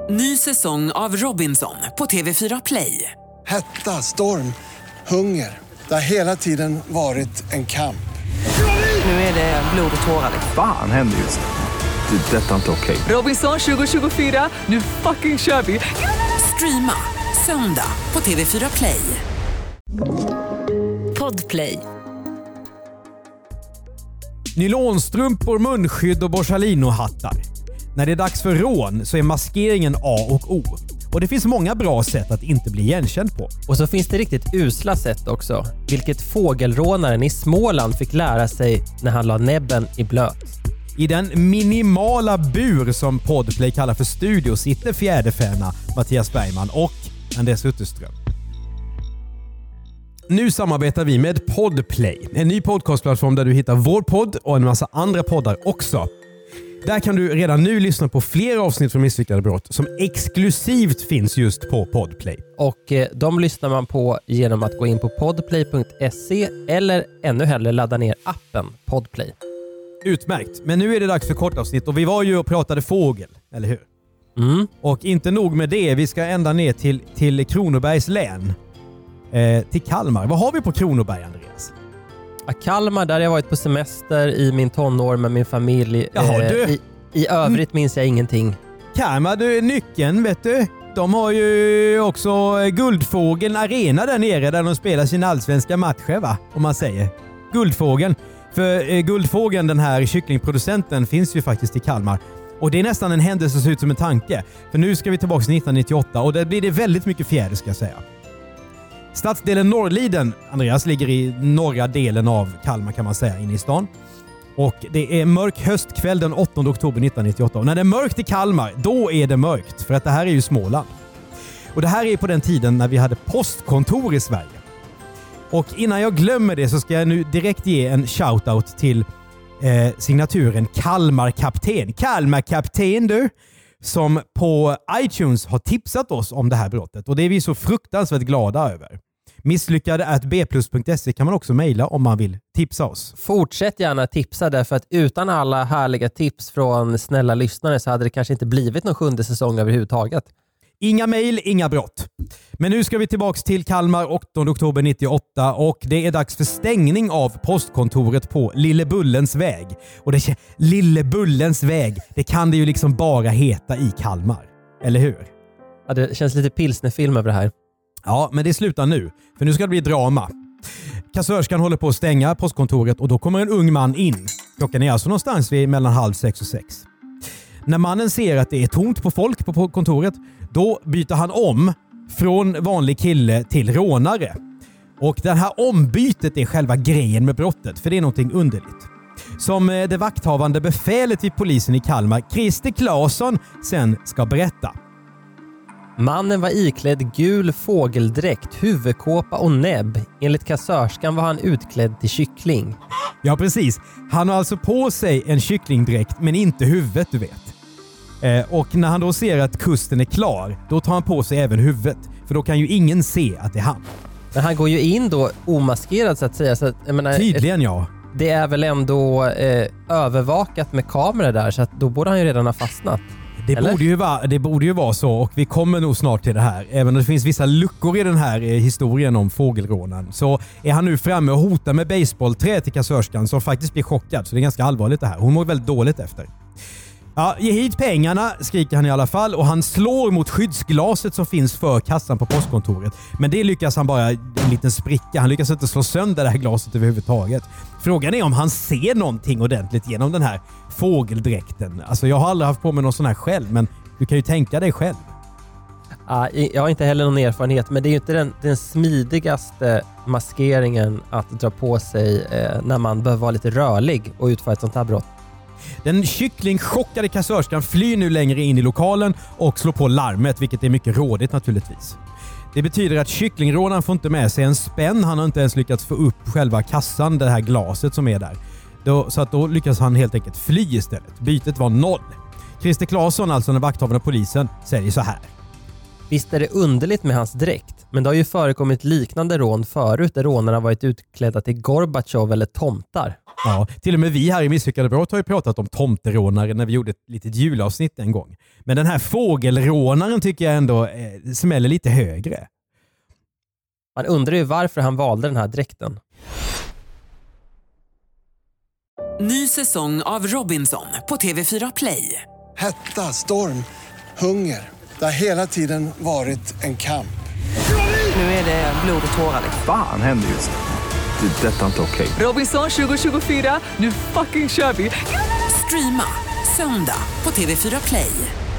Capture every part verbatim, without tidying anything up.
Ny säsong av Robinson på T V fyra Play. Hetta, storm, hunger. Det har hela tiden varit en kamp. Nu är det blod och tårar. Fan händer just det. Det är detta inte okej. Robinson tjugo tjugofyra, nu fucking kör vi. Streama söndag på T V fyra Play. Podplay. Nylonstrumpor, munskydd och Borsalino-hattar. När det är dags för rån så är maskeringen A och O. Och det finns många bra sätt att inte bli igenkänd på. Och så finns det riktigt usla sätt också. Vilket fågelrånaren i Småland fick lära sig när han la näbben i blöt. I den minimala bur som Podplay kallar för studio sitter fjäderfäna Mattias Bergman och Andreas Utterström. Nu samarbetar vi med Podplay, en ny podcastplattform där du hittar vår podd och en massa andra poddar också. Där kan du redan nu lyssna på fler avsnitt från Misslyckade brott som exklusivt finns just på Podplay. Och eh, de lyssnar man på genom att gå in på podplay punkt se eller ännu hellre ladda ner appen Podplay. Utmärkt, men nu är det dags för kortavsnitt och vi var ju och pratade fågel, eller hur? Mm. Och inte nog med det, vi ska ända ner till, till Kronobergs län. Eh, till Kalmar. Vad har vi på Kronoberg, Andreas? Ja, Kalmar, där har jag varit på semester i min tonår med min familj. Jaha, eh, du. I, I övrigt minns jag ingenting. Kalmar, du är nyckeln, vet du. De har ju också Guldfågeln Arena där nere där de spelar sina allsvenska matcher, va? Om man säger. Guldfågeln. För eh, Guldfågeln, den här kycklingproducenten, finns ju faktiskt i Kalmar. Och det är nästan en händelse som ser ut som en tanke. För nu ska vi tillbaka till nittonhundranittioåtta och där blir det väldigt mycket fjäder, ska jag säga. Stadsdelen Norrliden, Andreas, ligger i norra delen av Kalmar kan man säga, inne i stan. Och det är mörk höstkväll den åttonde oktober nittonhundranittioåtta. Och när det är mörkt i Kalmar, då är det mörkt. För att det här är ju Småland. Och det här är på den tiden när vi hade postkontor i Sverige. Och innan jag glömmer det så ska jag nu direkt ge en shoutout till eh, signaturen Kalmar Kapten. Kalmar Kapten, du! Som på iTunes har tipsat oss om det här brottet. Och det är vi så fruktansvärt glada över. Misslyckade at b plus punkt se kan man också mejla om man vill tipsa oss. Fortsätt gärna tipsa, därför att utan alla härliga tips från snälla lyssnare så hade det kanske inte blivit någon sjunde säsong överhuvudtaget. Inga mejl, inga brott. Men nu ska vi tillbaka till Kalmar åttonde oktober nittioåtta och det är dags för stängning av postkontoret på Lillebullens väg. Och det Lillebullens väg, det kan det ju liksom bara heta i Kalmar. Eller hur? Ja, det känns lite pilsnerfilm över det här. Ja, men det slutar nu. För nu ska det bli drama. Kassörskan håller på att stänga postkontoret och då kommer en ung man in. Klockan är alltså någonstans vid mellan halv sex och sex. När mannen ser att det är tomt på folk på kontoret, då byter han om från vanlig kille till rånare. Och det här ombytet är själva grejen med brottet, för det är någonting underligt. Som det vakthavande befälet vid polisen i Kalmar, Christer Claesson, sen ska berätta. Mannen var iklädd gul fågeldräkt, huvudkåpa och näbb. Enligt kassörskan var han utklädd till kyckling. Ja, precis. Han har alltså på sig en kycklingdräkt, men inte huvudet, du vet. Eh, och när han då ser att kusten är klar, då tar han på sig även huvudet. För då kan ju ingen se att det är han. Men han går ju in då omaskerad så att säga. Så att, jag menar, Tydligen, ja. Det är väl ändå eh, övervakat med kameror där, så att då borde han ju redan ha fastnat. Det borde, ju vara, det borde ju vara så, och vi kommer nog snart till det här. Även om det finns vissa luckor i den här eh, historien om fågelrånen, så är han nu framme och hotar med baseballträ till kassörskan som faktiskt blir chockad. Så det är ganska allvarligt det här. Hon mår väldigt dåligt efter. Ja, ge hit pengarna, skriker han i alla fall, och han slår mot skyddsglaset som finns för kassan på postkontoret. Men det lyckas han bara en liten spricka. Han lyckas inte slå sönder det här glaset överhuvudtaget. Frågan är om han ser någonting ordentligt genom den här fågeldräkten. Alltså jag har aldrig haft på mig någon sån här själv, men du kan ju tänka dig själv. Ja, jag har inte heller någon erfarenhet, men det är ju inte den, den smidigaste maskeringen att dra på sig eh, när man behöver vara lite rörlig och utföra ett sånt här brott. Den kycklingchockade kassörskan flyr nu längre in i lokalen och slår på larmet, vilket är mycket rådigt naturligtvis. Det betyder att kycklingrånaren får inte med sig en spänn. Han har inte ens lyckats få upp själva kassan, det här glaset som är där. Då, så att då lyckas han helt enkelt fly istället. Bytet var noll. Christer Claesson, alltså den vakthavande polisen, säger så här. Visst är det underligt med hans dräkt? Men det har ju förekommit liknande rån förut där rånarna varit utklädda till Gorbachev eller tomtar. Ja, till och med vi här i Misslyckade brott har ju pratat om tomterånare när vi gjorde ett litet julavsnitt en gång. Men den här fågelrånaren tycker jag ändå eh, smäller lite högre. Man undrar ju varför han valde den här dräkten. Ny säsong av Robinson på T V fyra Play. Hetta, storm, hunger. Det har hela tiden varit en kamp. Nu är det blod och tårar. Fan händer just det. Det är detta inte okej. Robinson tjugo tjugofyra, nu fucking kör vi. Streama söndag på T V fyra Play.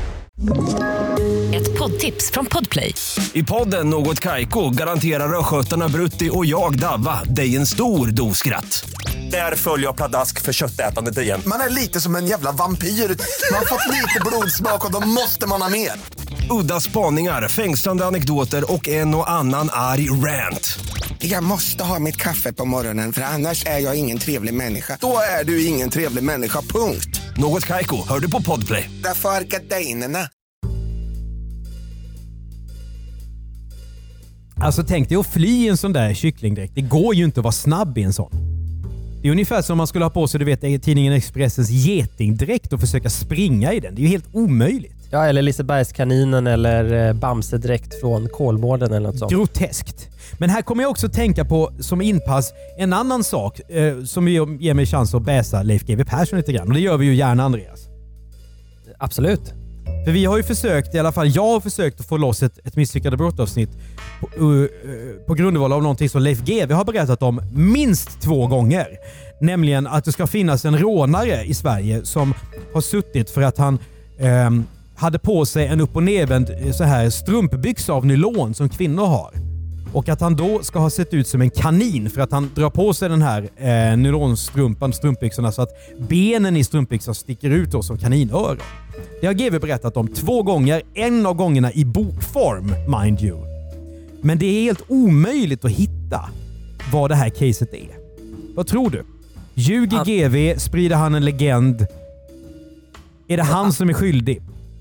Ett poddtips från Podplay. I podden Något Kaiko garanterar röskötarna Brutti och jag Davva dig en stor doskratt. Där följer jag pladask för köttätandet igen. Man är lite som en jävla vampyr. Man har fått lite blodsmak och då måste man ha mer. Udda spaningar, fängslande anekdoter och en och annan arg rant. Jag måste ha mitt kaffe på morgonen för annars är jag ingen trevlig människa. Då är du ingen trevlig människa, punkt. Något Kaiko, hör du på Podplay. Därför är gardinerna. Alltså tänk dig att fly i en sån där kycklingdräkt. Det går ju inte att vara snabb i en sån. Det är ungefär som man skulle ha på sig, du vet, tidningen Expressens getingdräkt och försöka springa i den. Det är ju helt omöjligt. Ja, eller Lisebergskaninen eller Bamsedräkt från Kolmården eller något sånt. Groteskt. Men här kommer jag också tänka på som inpass en annan sak eh, som ger mig chans att bäsa Leif G W Persson lite grann. Och det gör vi ju gärna, Andreas. Absolut. För vi har ju försökt, i alla fall jag har försökt att få loss ett, ett misslyckade brottavsnitt på, uh, på grundval av någonting som Leif G W har berättat om minst två gånger. Nämligen att det ska finnas en rånare i Sverige som har suttit för att han um, hade på sig en upp- och nedvänd så här strumpbyxa av nylon som kvinnor har. Och att han då ska ha sett ut som en kanin för att han drar på sig den här eh, nylonstrumpan, strumpbyxorna, så att benen i strumpbyxorna sticker ut då som kaninöron. Det har G W berättat om två gånger, en av gångerna i bokform, mind you. Men det är helt omöjligt att hitta vad det här caset är. Vad tror du? Ljuger G W? Sprider han en legend? Är det han som är skyldig?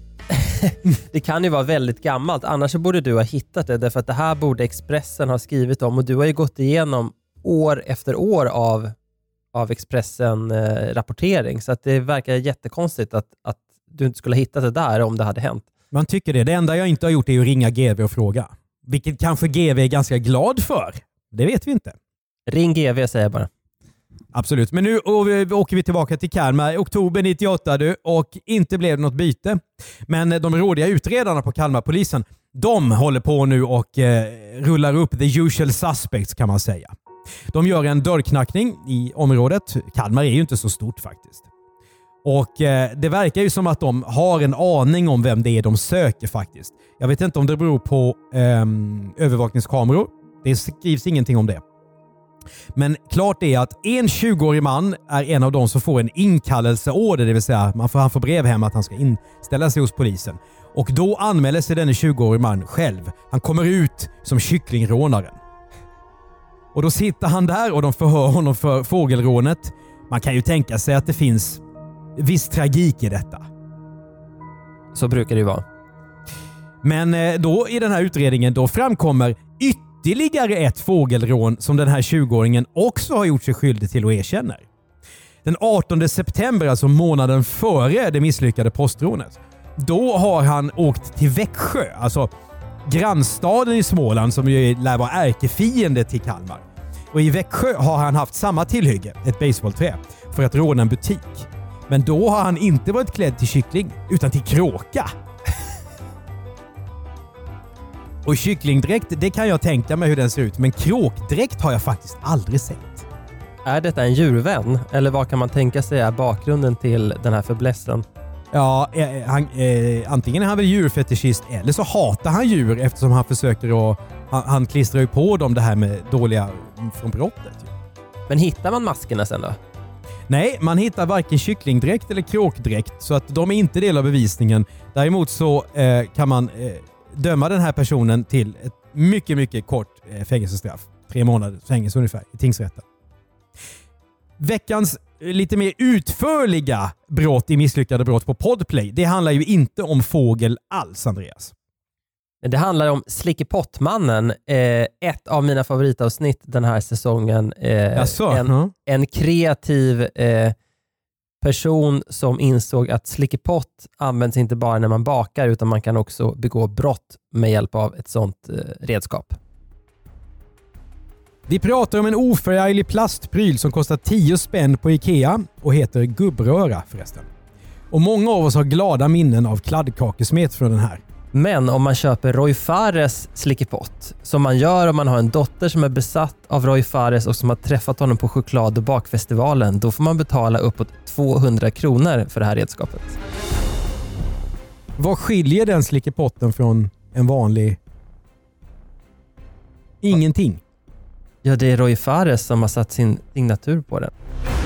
Det kan ju vara väldigt gammalt, annars borde du ha hittat det, därför att det här borde Expressen ha skrivit om och du har ju gått igenom år efter år av, av Expressen-rapportering, så att det verkar jättekonstigt att, att du inte skulle ha hittat det där om det hade hänt. Man tycker det. Det enda jag inte har gjort är att ringa G W och fråga. Vilket kanske G W är ganska glad för. Det vet vi inte. Ring G W, säger jag bara. Absolut. Men nu åker vi tillbaka till Kalmar. Oktober nittioåtta du, och inte blev det något byte. Men de rådiga utredarna på Kalmarpolisen, de håller på nu och eh, rullar upp the usual suspects, kan man säga. De gör en dörrknackning i området. Kalmar är ju inte så stort faktiskt. Och eh, det verkar ju som att de har en aning om vem det är de söker faktiskt. Jag vet inte om det beror på eh, övervakningskameror. Det skrivs ingenting om det. Men klart är att en tjugoårig man är en av de som får en inkallelseorder, det vill säga man får, han får brev hem att han ska inställa sig hos polisen. Och då anmäler sig denne tjugoårig man själv. Han kommer ut som kycklingrånaren. Och då sitter han där och de förhör honom för fågelrånet. Man kan ju tänka sig att det finns viss tragik i detta. Så brukar det ju vara. Men då i den här utredningen då framkommer ytterligare ett fågelrån som den här tjugoåringen också har gjort sig skyldig till och erkänner. Den artonde september, alltså månaden före det misslyckade postrånet, då har han åkt till Växjö, alltså grannstaden i Småland som ju lär vara ärkefiende till Kalmar. Och i Växjö har han haft samma tillhygge, ett baseballträ, för att råna en butik. Men då har han inte varit klädd till kyckling utan till kråka. Och kycklingdräkt, det kan jag tänka mig hur den ser ut. Men kråkdräkt har jag faktiskt aldrig sett. Är detta en djurvän? Eller vad kan man tänka sig är bakgrunden till den här förblässen? Ja, han, eh, antingen är han väl djurfetischist eller så hatar han djur eftersom han försöker att... Han, han klistrar ju på dem det här med dåliga från brottet. Men hittar man maskerna sen då? Nej, man hittar varken kycklingdräkt eller kråkdräkt, så att de är inte del av bevisningen. Däremot så eh, kan man... Eh, döma den här personen till ett mycket, mycket kort eh, fängelsestraff. Tre månader fängelse ungefär i tingsrätten. Veckans eh, lite mer utförliga brott i misslyckade brott på Podplay, det handlar ju inte om fågel alls, Andreas. Det handlar om Slickepottmannen, eh, ett av mina favoritavsnitt den här säsongen. Eh, Jaså? en, Mm. en kreativ eh, person som insåg att slickepott används inte bara när man bakar utan man kan också begå brott med hjälp av ett sånt eh, redskap. Vi pratar om en oförarglig plastpryl som kostar tio spänn på Ikea och heter gubbröra förresten. Och många av oss har glada minnen av kladdkakesmet från den här. Men om man köper Roy Fares slickepott, som man gör om man har en dotter som är besatt av Roy Fares och som har träffat honom på choklad- och bakfestivalen, då får man betala uppåt tvåhundra kronor för det här redskapet. Vad skiljer den slickepotten från en vanlig? Ingenting. Ja, det är Roy Fares som har satt sin signatur på den.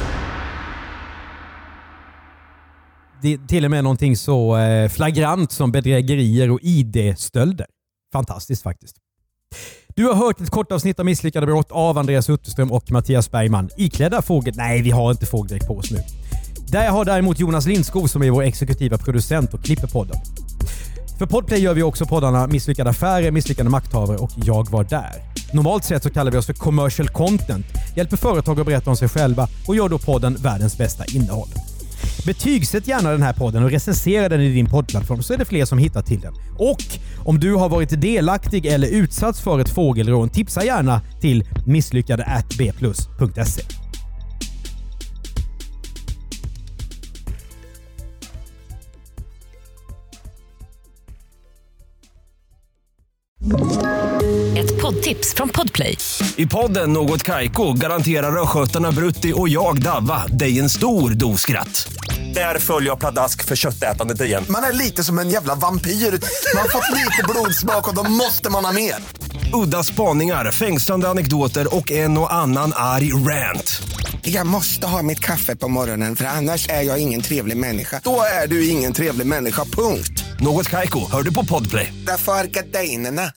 Det är till och med någonting så flagrant som bedrägerier och I D-stölder. Fantastiskt faktiskt. Du har hört ett kort avsnitt av Misslyckade brott av Andreas Utterström och Mattias Bergman. Iklädda fågel... Nej, vi har inte fågeldräkt på oss nu. Där har däremot Jonas Lindskog som är vår exekutiva producent och klipper podden. För Podplay gör vi också poddarna Misslyckade affärer, Misslyckade makthavare och Jag var där. Normalt sett så kallar vi oss för commercial content. Hjälper företag att berätta om sig själva och gör då podden världens bästa innehåll. Betygsätt gärna den här podden och recensera den i din poddplattform så är det fler som hittar till den. Och om du har varit delaktig eller utsatts för ett fågelrån, tipsa gärna till misslyckade at b plus punkt se. Ett poddtips från Podplay. I podden Något Kaiko garanterar röskötarna Brutti och jag Davva dig en stor dos skratt. Där följer jag pladask för köttätandet igen. Man är lite som en jävla vampyr. Man har fått lite blodsmak och då måste man ha mer. Udda spaningar, fängslande anekdoter och en och annan arg rant. Jag måste ha mitt kaffe på morgonen för annars är jag ingen trevlig människa. Då är du ingen trevlig människa, punkt. Något Kaiko, hör du på Podplay. Därför är gardinerna.